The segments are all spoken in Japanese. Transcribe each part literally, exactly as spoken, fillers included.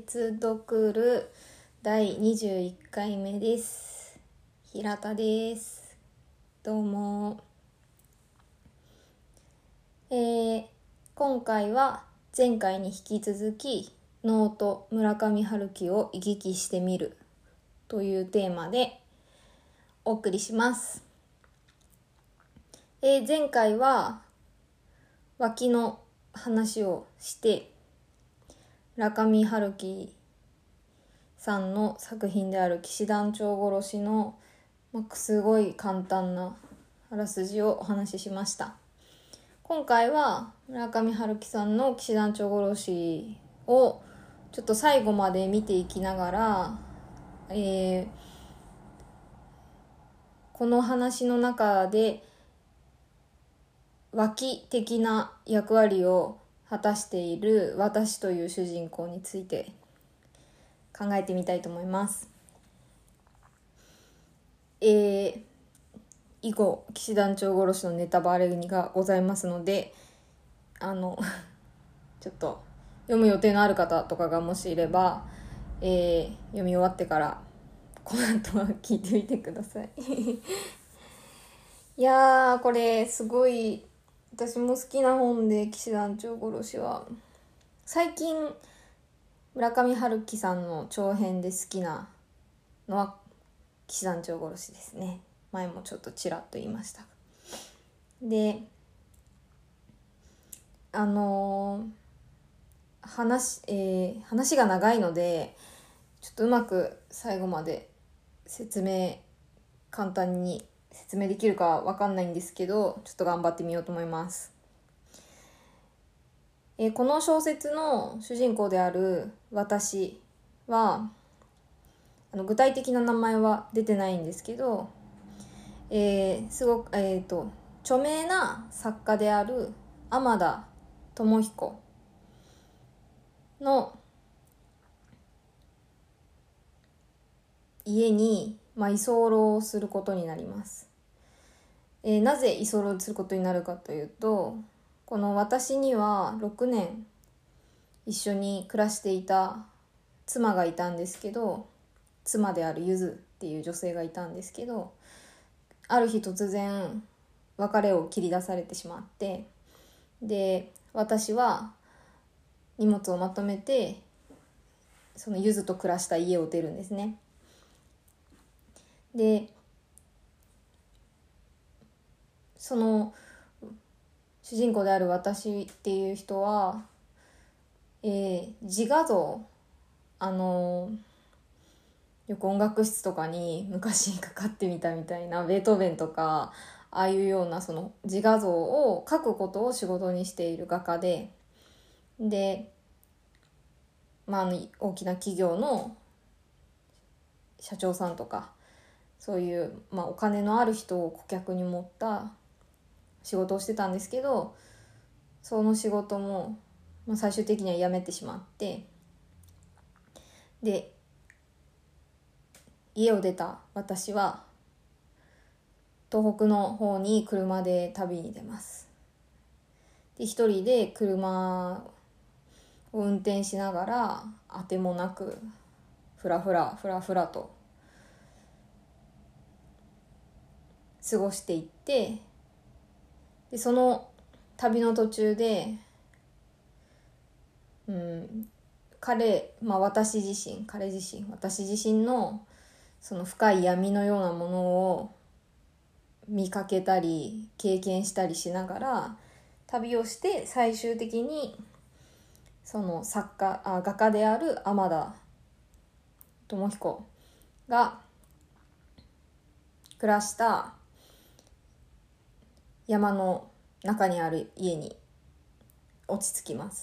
節読るだいにじゅういっかいめです。平田です。どうも。えー、今回は前回に引き続きノート村上春樹を行き来してみるというテーマでお送りします。えー、前回は脇の話をして村上春樹さんの作品である騎士団長殺しの、まあ、すごい簡単なあらすじをお話ししました。今回は村上春樹さんの騎士団長殺しをちょっと最後まで見ていきながら、えー、この話の中で脇的な役割を果たしている私という主人公について考えてみたいと思います。えー、以後騎士団長殺しのネタバレがございますので、あのちょっと読む予定のある方とかがもしいれば、えー、読み終わってからこの後は聞いてみてくださいいやーこれすごい私も好きな本で、騎士団長殺しは最近村上春樹さんの長編で好きなのは騎士団長殺しですね。前もちょっとちらっと言いました。であのー、話、えー、話が長いのでちょっとうまく最後まで説明簡単に説明できるかわかんないんですけど、ちょっと頑張ってみようと思います。えー、この小説の主人公である私はあの具体的な名前は出てないんですけど、えー、すごく、えーと、著名な作家である天田智彦の家に、まあ、居候することになります。えー、なぜ居候することになるかというと、この私にはろくねん一緒に暮らしていた妻がいたんですけど、妻であるゆずっていう女性がいたんですけど、ある日突然別れを切り出されてしまって、で私は荷物をまとめてそのゆずと暮らした家を出るんですね。でその主人公である私っていう人は、えー、自画像、あのよく音楽室とかに昔かかってみたみたいなベートーベンとかああいうようなその自画像を描くことを仕事にしている画家で、で、まあ、大きな企業の社長さんとかそういう、まあ、お金のある人を顧客に持った仕事をしてたんですけど、その仕事も、まあ、最終的には辞めてしまって、で家を出た私は東北の方に車で旅に出ます。で一人で車を運転しながらあてもなくふらふらふらふらと過ごしていって、でその旅の途中で、うん、彼、まあ、私自身彼自身私自身のその深い闇のようなものを見かけたり経験したりしながら旅をして、最終的にその作家あ画家である天田智彦が暮らした山の中にある家に落ち着きます。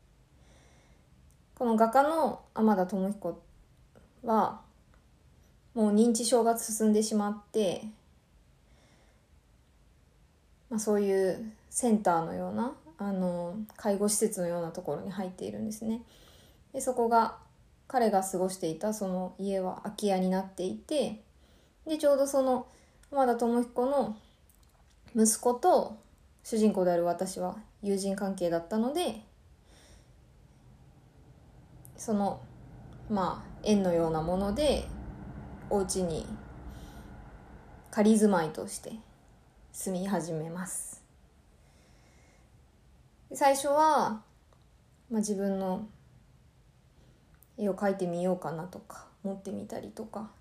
この画家の天田智彦はもう認知症が進んでしまって、まあ、そういうセンターのようなあの介護施設のようなところに入っているんですね。でそこが彼が過ごしていたその家は空き家になっていて、でちょうどその天田智彦の息子と主人公である私は友人関係だったので、そのまあ縁のようなものでお家に仮住まいとして住み始めます。最初は、まあ、自分の絵を描いてみようかなとか持ってみたりとか、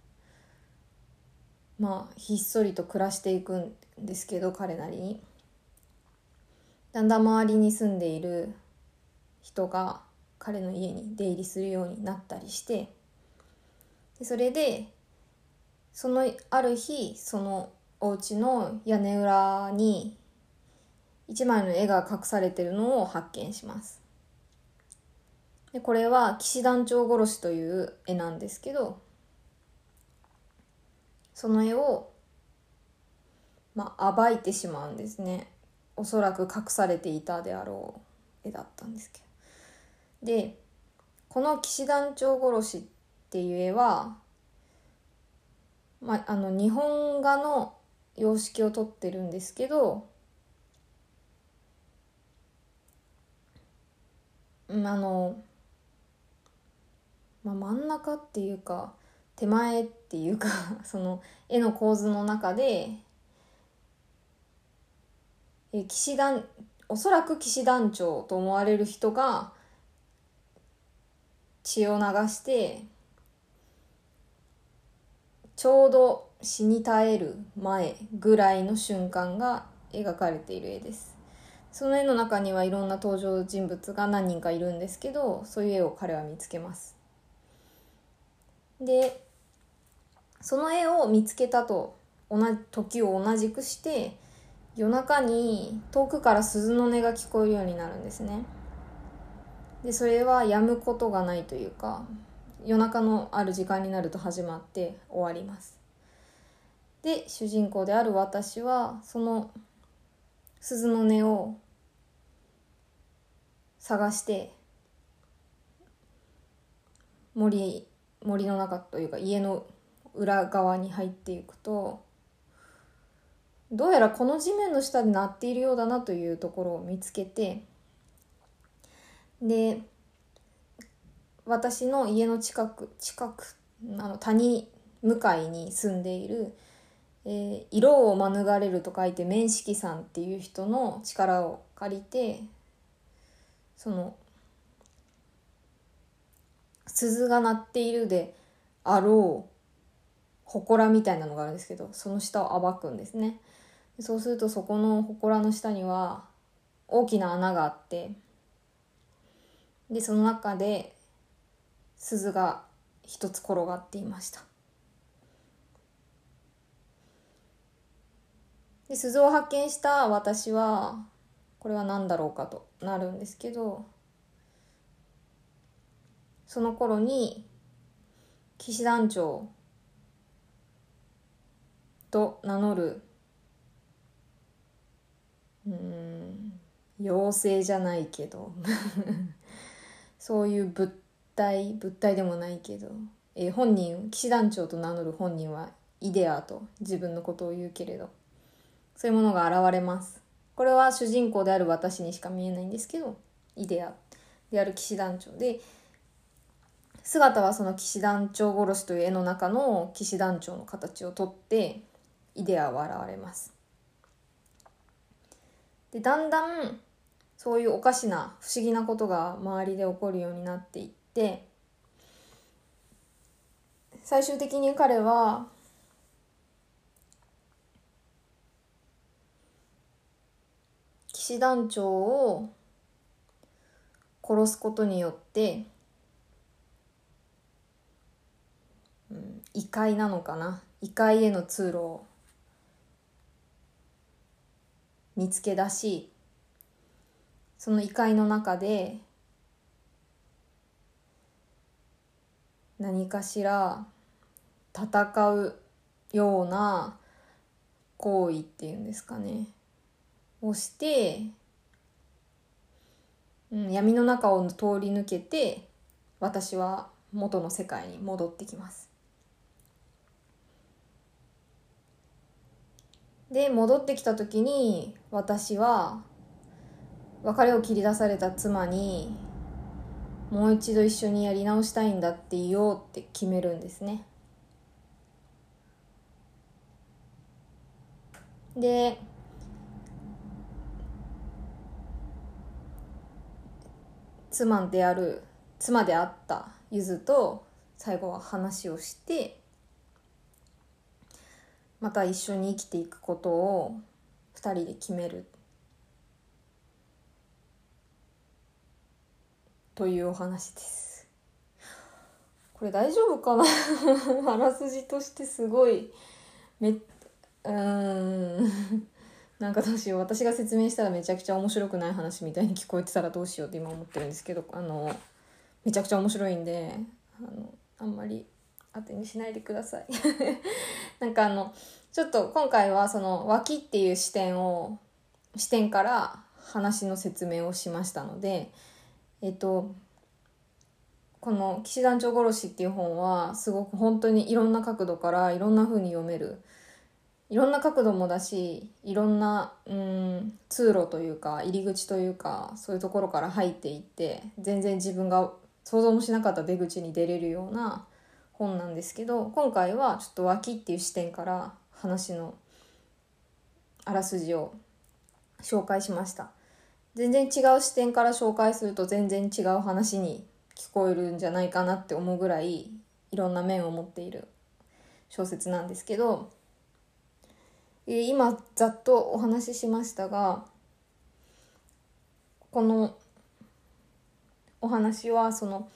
まあひっそりと暮らしていくんですけど、彼なりにだんだん周りに住んでいる人が彼の家に出入りするようになったりして、でそれでそのある日、そのお家の屋根裏に一枚の絵が隠されているのを発見します。でこれは騎士団長殺しという絵なんですけど、その絵をまあ暴いてしまうんですね。おそらく隠されていたであろう絵だったんですけど、でこの騎士団長殺しっていう絵は、まあ、あの日本画の様式をとってるんですけど、うんあの、まあ、真ん中っていうか手前っていうかその絵の構図の中で、え騎士団おそらく騎士団長と思われる人が血を流してちょうど死に絶える前ぐらいの瞬間が描かれている絵です。その絵の中にはいろんな登場人物が何人かいるんですけど、そういう絵を彼は見つけます。でその絵を見つけたと同じ時を同じくして、夜中に遠くから鈴の音が聞こえるようになるんですね。でそれは止むことがないというか、夜中のある時間になると始まって終わります。で主人公である私はその鈴の音を探して森森の中というか家の裏側に入っていくと、どうやらこの地面の下で鳴っているようだなというところを見つけて、で私の家の近く近くあの谷向かいに住んでいる、えー、色を免れると書いて面識さんっていう人の力を借りて、その鈴が鳴っているであろう祠みたいなのがあるんですけど、その下を暴くんですね。そうするとそこの祠の下には大きな穴があって、でその中で鈴が一つ転がっていました。で鈴を発見した私はこれは何だろうかとなるんですけど、その頃に騎士団長と名乗るうーん妖精じゃないけどそういう物体物体でもないけど、えー、本人騎士団長と名乗る本人はイデアと自分のことを言うけれど、そういうものが現れます。これは主人公である私にしか見えないんですけど、イデアである騎士団長で、姿はその騎士団長殺しという絵の中の騎士団長の形をとってイデアは現れます。でだんだんそういうおかしな不思議なことが周りで起こるようになっていって、最終的に彼は騎士団長を殺すことによって、うん、異界なのかな異界への通路を見つけ出し、その異界の中で何かしら戦うような行為っていうんですかねをして、うん、闇の中を通り抜けて私は元の世界に戻ってきます。で戻ってきた時に私は別れを切り出された妻にもう一度一緒にやり直したいんだって言おうって決めるんですね。で妻である妻であったゆずと最後は話をして、また一緒に生きていくことを二人で決めるというお話です。これ大丈夫かなあらすじとしてすごいめうーんなんかどうしよう、私が説明したらめちゃくちゃ面白くない話みたいに聞こえてたらどうしようって今思ってるんですけど、あのめちゃくちゃ面白いんで、あのあんまり当てにしないでくださいなんかあのちょっと今回はその脇っていう視点を視点から話の説明をしましたので、えっとこの騎士団長殺しっていう本はすごく本当にいろんな角度からいろんな風に読める、いろんな角度もだし、いろんなうん通路というか入り口というか、そういうところから入っていって全然自分が想像もしなかった出口に出れるような本なんですけど、今回はちょっと脇っていう視点から話のあらすじを紹介しました。全然違う視点から紹介すると全然違う話に聞こえるんじゃないかなって思うぐらいいろんな面を持っている小説なんですけど、今ざっとお話ししましたが、このお話はその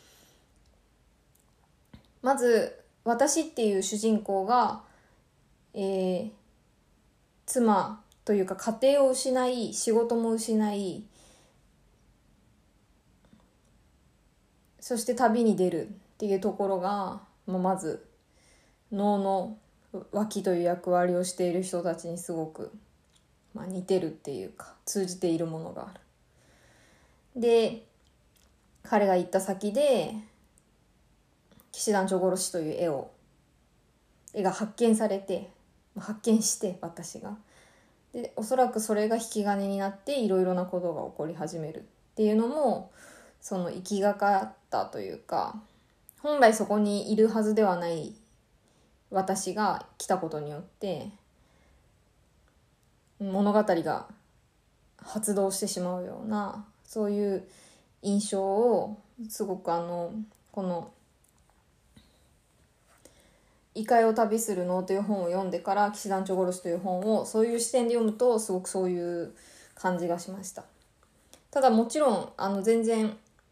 まず私っていう主人公が、えー、妻というか家庭を失い仕事も失い、そして旅に出るっていうところが、まあ、まず能の脇という役割をしている人たちにすごく、まあ、似てるっていうか通じているものがある。で彼が行った先で騎士団長殺しという絵を絵が発見されて発見して私がでおそらくそれが引き金になっていろいろなことが起こり始めるっていうのもその行きがかったというか、本来そこにいるはずではない私が来たことによって物語が発動してしまうような、そういう印象をすごくあのこの異界を旅する能という本を読んでから騎士団長殺しという本をそういう視点で読むとすごくそういう感じがしました。ただもちろんあの全然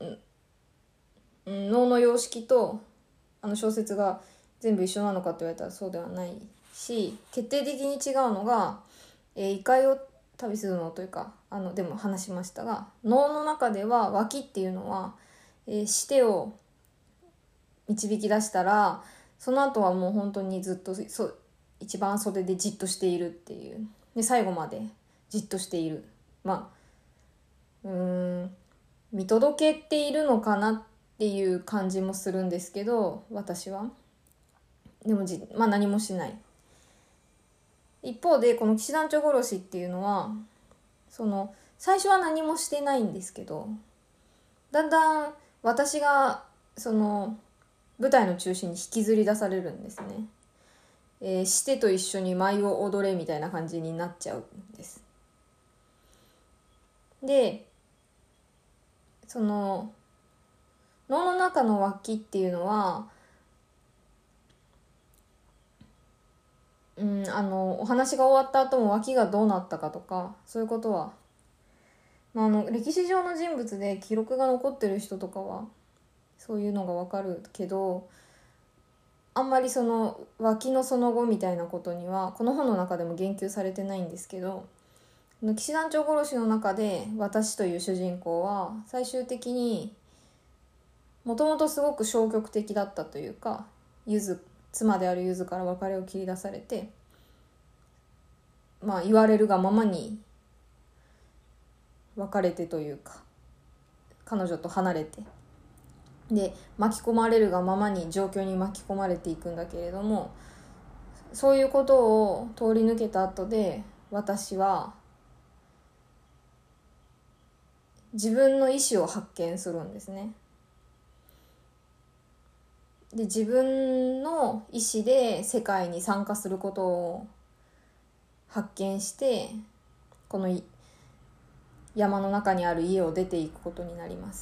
能の様式とあの小説が全部一緒なのかと言われたらそうではないし、決定的に違うのが、えー、異界を旅するのというかあのでも話しましたが、能の中では脇っていうのは、えー、してを導き出したらその後はもう本当にずっとそ一番袖でじっとしているっていう、で最後までじっとしている、まあうーん見届けているのかなっていう感じもするんですけど、私はでもじ、まあ、何もしない。一方でこの騎士団長殺しっていうのはその最初は何もしてないんですけど、だんだん私がその舞台の中心に引きずり出されるんですね。えー、してと一緒に舞を踊れみたいな感じになっちゃうんです。でその能の中の脇っていうのは、うん、あのお話が終わった後も脇がどうなったかとかそういうことは、まあ、あの歴史上の人物で記録が残ってる人とかはそういうのが分かるけど、あんまりその脇のその後みたいなことにはこの本の中でも言及されてないんですけど、騎士団長殺しの中で私という主人公は最終的にもともとすごく消極的だったというか、ゆず妻であるゆずから別れを切り出されて、まあ言われるがままに別れてというか彼女と離れて、で巻き込まれるがままに状況に巻き込まれていくんだけれども、そういうことを通り抜けた後で私は自分の意思を発見するんですね。 で自分の意思で世界に参加することを発見して、この山の中にある家を出ていくことになります。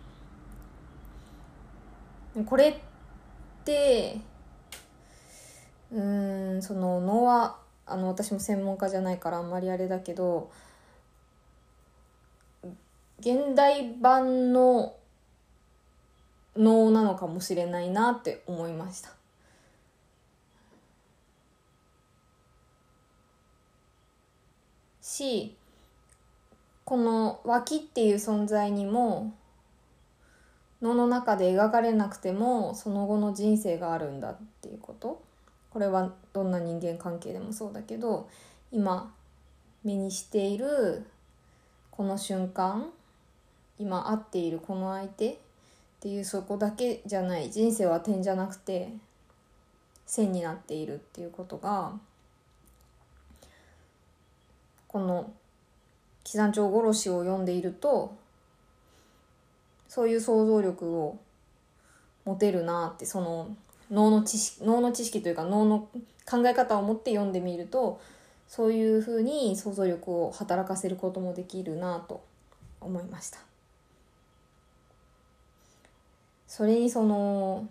これってうーんその脳はあの私も専門家じゃないからあんまりあれだけど、現代版の脳なのかもしれないなって思いました。し、この脇っていう存在にも脳の中で描かれなくてもその後の人生があるんだっていうこと。これはどんな人間関係でもそうだけど、今目にしているこの瞬間、今会っているこの相手っていうそこだけじゃない、人生は点じゃなくて線になっているっていうことが、この騎山鳥殺しを読んでいるとそういう想像力を持てるなって、その脳の知識脳の知識というか脳の考え方を持って読んでみると、そういうふうに想像力を働かせることもできるなと思いました。それにその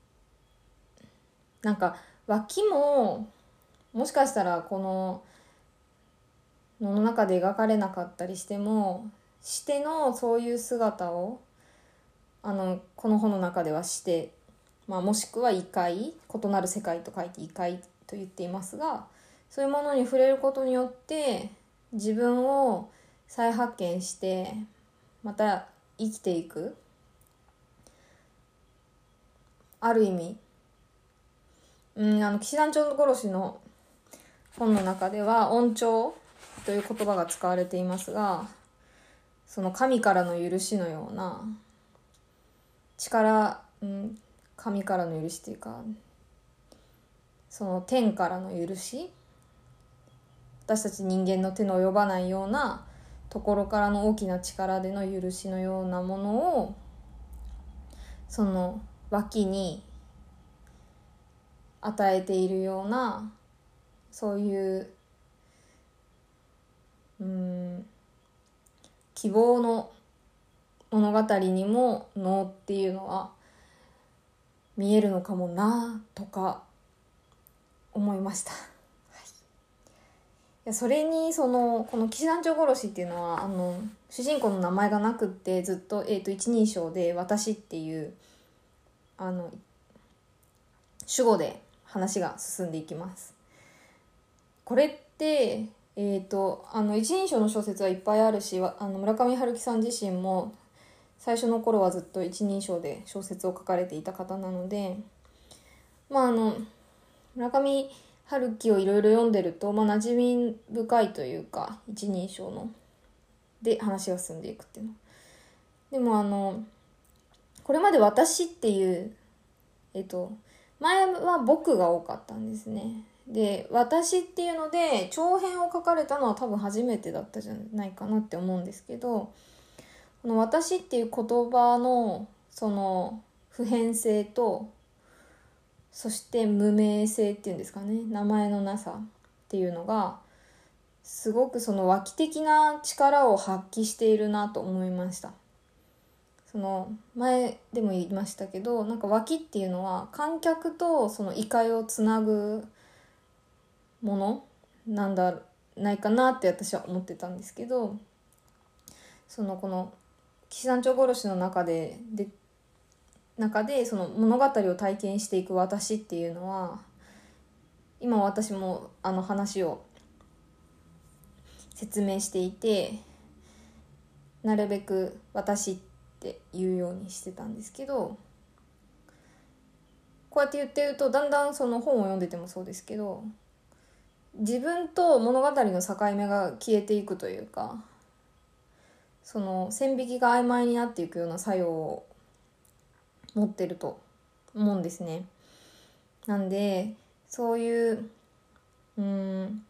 なんか脇ももしかしたらこの脳の中で描かれなかったりしても、してのそういう姿をあのこの本の中ではして、まあ、もしくは異界、異なる世界と書いて異界と言っていますが、そういうものに触れることによって自分を再発見してまた生きていく、ある意味、うん、あの騎士団長殺しの本の中では恩寵という言葉が使われていますが、その神からの許しのような力、うん、神からの許しというか、その天からの許し、私たち人間の手の及ばないようなところからの大きな力での許しのようなものを、その脇に与えているような、そういううーん希望の物語にも能っていうのは見えるのかもなとか思いました。はい、いやそれにそのこの騎士団長殺しっていうのはあの主人公の名前がなくってずっと、えー、と一人称で私っていうあの主語で話が進んでいきます。これってえー、とあの一人称の小説はいっぱいあるし、あの村上春樹さん自身も最初の頃はずっと一人称で小説を書かれていた方なので、まああの村上春樹をいろいろ読んでると、まあ、馴染み深いというか一人称ので話が進んでいくっていうの。でもあのこれまで私っていうえっと前は僕が多かったんですね。で私っていうので長編を書かれたのは多分初めてだったじゃないかなって思うんですけど、この私っていう言葉のその普遍性と、そして無名性っていうんですかね、名前のなさっていうのがすごくその脇的な力を発揮しているなと思いました。その前でも言いましたけど、なんか脇っていうのは観客とその異界をつなぐものなんだないかなって私は思ってたんですけど、そのこの騎士団長殺しの中でで中でその物語を体験していく私っていうのは、今私もあの話を説明していてなるべく私って言うようにしてたんですけど、こうやって言ってるとだんだんその本を読んでてもそうですけど、自分と物語の境目が消えていくというか、その線引きが曖昧になっていくような作用を持ってると思うんですね。なんでそういううーん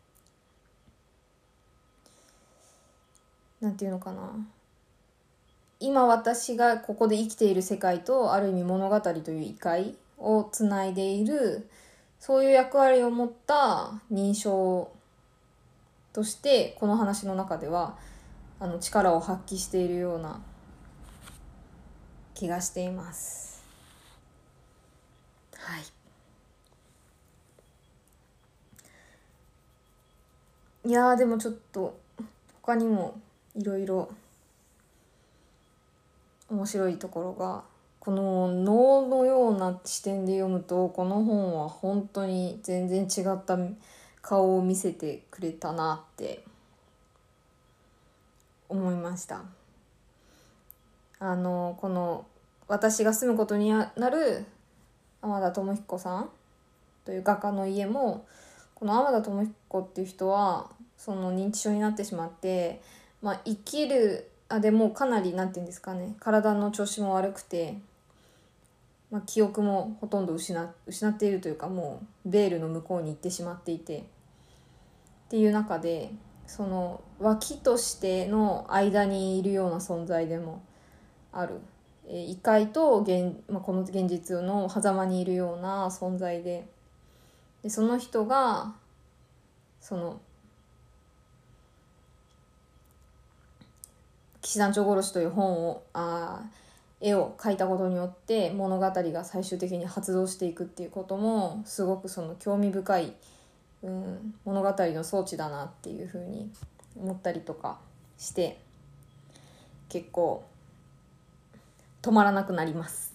なんていうのかな、 今私がここで生きている世界とある意味物語という異界をつないでいる、そういう役割を持った認証としてこの話の中ではあの力を発揮しているような気がしています。はい。いやーでもちょっと他にもいろいろ面白いところが、この能のような視点で読むとこの本は本当に全然違った顔を見せてくれたなって思いました。あのこの私が住むことになる天田智彦さんという画家の家も、この天田智彦っていう人はその認知症になってしまって、まあ、生きるあでもかなりなんていうんですかね、体の調子も悪くて、まあ、記憶もほとんど失失っているというか、もうベールの向こうに行ってしまっていてっていう中で、その脇としての間にいるような存在でもある、えー異界と現、まあ、この現実の狭間にいるような存在で、でその人がその騎士団長殺しという本をあ絵を描いたことによって物語が最終的に発動していくっていうこともすごくその興味深い、うん、物語の装置だなっていうふうに思ったりとかして、結構止まらなくなります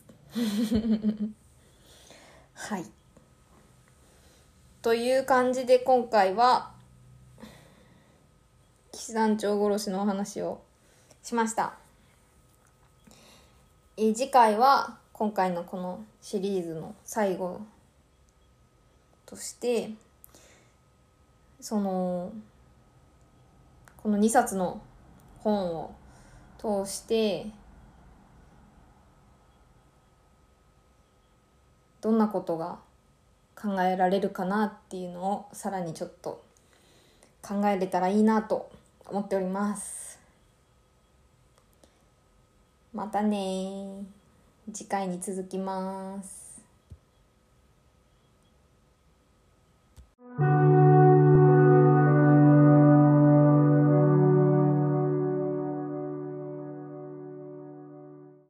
はいという感じで今回は騎士団長殺しのお話をしました。え次回は今回のこのシリーズの最後として、そのこのにさつの本を通してどんなことが考えられるかなっていうのをさらにちょっと考えれたらいいなと思っております。またね、次回に続きます。